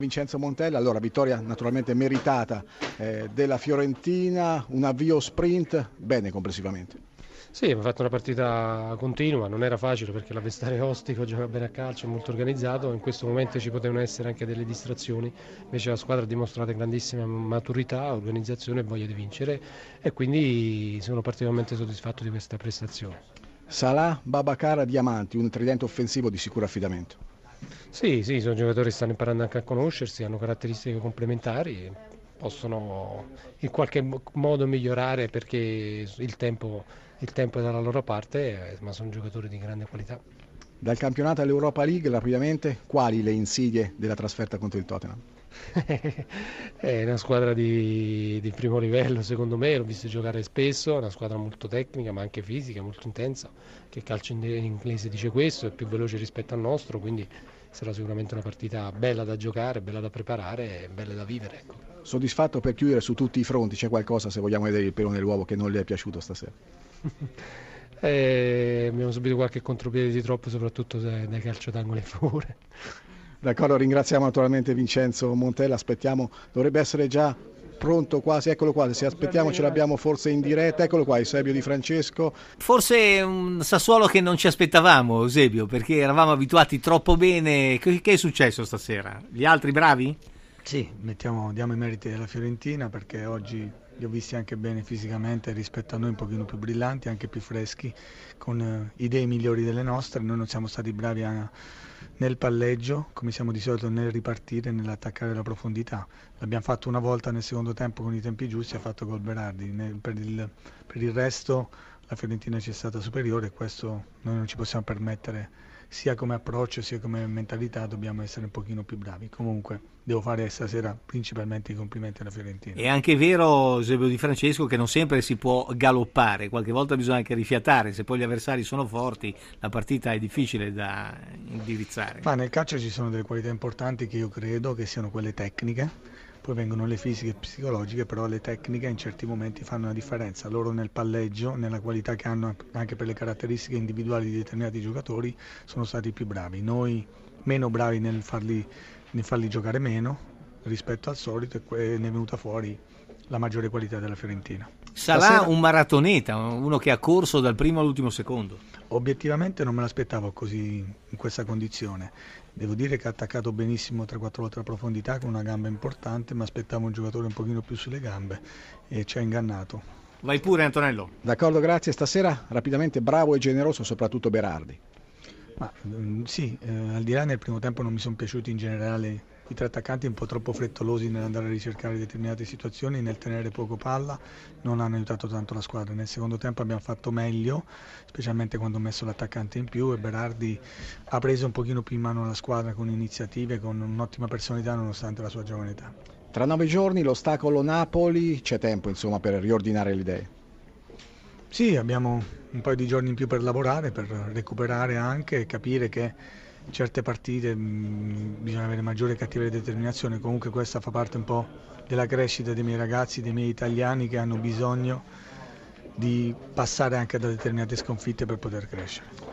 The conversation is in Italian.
Vincenzo Montella, allora vittoria naturalmente meritata della Fiorentina, un avvio sprint, bene complessivamente. Sì, abbiamo fatto una partita continua, non era facile perché l'avversario ostico gioca bene a calcio, è molto organizzato, in questo momento ci potevano essere anche delle distrazioni, invece la squadra ha dimostrato grandissima maturità, organizzazione e voglia di vincere e quindi sono particolarmente soddisfatto di questa prestazione. Salah, Babacar, Diamanti, un tridente offensivo di sicuro affidamento. Sì, sono giocatori che stanno imparando anche a conoscersi, hanno caratteristiche complementari, possono in qualche modo migliorare perché il tempo è dalla loro parte, ma sono giocatori di grande qualità. Dal campionato all'Europa League, rapidamente, quali le insidie della trasferta contro il Tottenham? È una squadra di primo livello, secondo me, l'ho visto giocare spesso, è una squadra molto tecnica ma anche fisica, molto intensa, che il calcio in inglese dice questo, è più veloce rispetto al nostro, quindi sarà sicuramente una partita bella da giocare, bella da preparare e bella da vivere. Ecco. Soddisfatto per chiudere su tutti i fronti, c'è qualcosa, se vogliamo vedere il pelo nell'uovo, che non le è piaciuto stasera? Abbiamo subito qualche contropiede di troppo, soprattutto dai calcio d'angolo in favore. D'accordo, ringraziamo naturalmente Vincenzo Montella, aspettiamo, dovrebbe essere già pronto quasi, eccolo qua, se aspettiamo ce l'abbiamo forse in diretta, eccolo qua, Eusebio Di Francesco. Forse un Sassuolo che non ci aspettavamo, Eusebio, perché eravamo abituati troppo bene. Che è successo stasera? Gli altri bravi? Sì, diamo i meriti alla Fiorentina perché oggi li ho visti anche bene fisicamente rispetto a noi, un pochino più brillanti, anche più freschi, con idee migliori delle nostre. Noi non siamo stati bravi nel palleggio, come siamo di solito nel ripartire, nell'attaccare la profondità. L'abbiamo fatto una volta nel secondo tempo con i tempi giusti, ha fatto gol Berardi. Per il resto la Fiorentina ci è stata superiore e questo noi non ci possiamo permettere, sia come approccio sia come mentalità dobbiamo essere un pochino più bravi. Comunque devo fare stasera principalmente i complimenti alla Fiorentina. È anche vero, Eusebio Di Francesco, che non sempre si può galoppare, qualche volta bisogna anche rifiatare, se poi gli avversari sono forti la partita è difficile da indirizzare. Ma nel calcio ci sono delle qualità importanti che io credo che siano quelle tecniche, poi vengono le fisiche e psicologiche, però le tecniche in certi momenti fanno una differenza. Loro nel palleggio, nella qualità che hanno anche per le caratteristiche individuali di determinati giocatori, sono stati più bravi. Noi meno bravi nel farli giocare meno rispetto al solito e ne è venuta fuori la maggiore qualità della Fiorentina. Sarà un maratoneta, uno che ha corso dal primo all'ultimo secondo. Obiettivamente non me l'aspettavo così in questa condizione. Devo dire che ha attaccato benissimo 3-4 volte la profondità con una gamba importante, ma aspettavo un giocatore un pochino più sulle gambe e ci ha ingannato. Vai pure Antonello. D'accordo, grazie. Stasera rapidamente bravo e generoso soprattutto Berardi. Sì, al di là nel primo tempo non mi sono piaciuti in generale i tre attaccanti un po' troppo frettolosi nell'andare a ricercare determinate situazioni, nel tenere poco palla, non hanno aiutato tanto la squadra. Nel secondo tempo abbiamo fatto meglio, specialmente quando ho messo l'attaccante in più e Berardi ha preso un pochino più in mano la squadra con iniziative, con un'ottima personalità nonostante la sua giovane età. Tra 9 giorni l'ostacolo Napoli, c'è tempo insomma per riordinare le idee. Sì, abbiamo un paio di giorni in più per lavorare, per recuperare anche e capire che in certe partite bisogna avere maggiore cattiveria e determinazione. Comunque questa fa parte un po' della crescita dei miei ragazzi, dei miei italiani che hanno bisogno di passare anche da determinate sconfitte per poter crescere.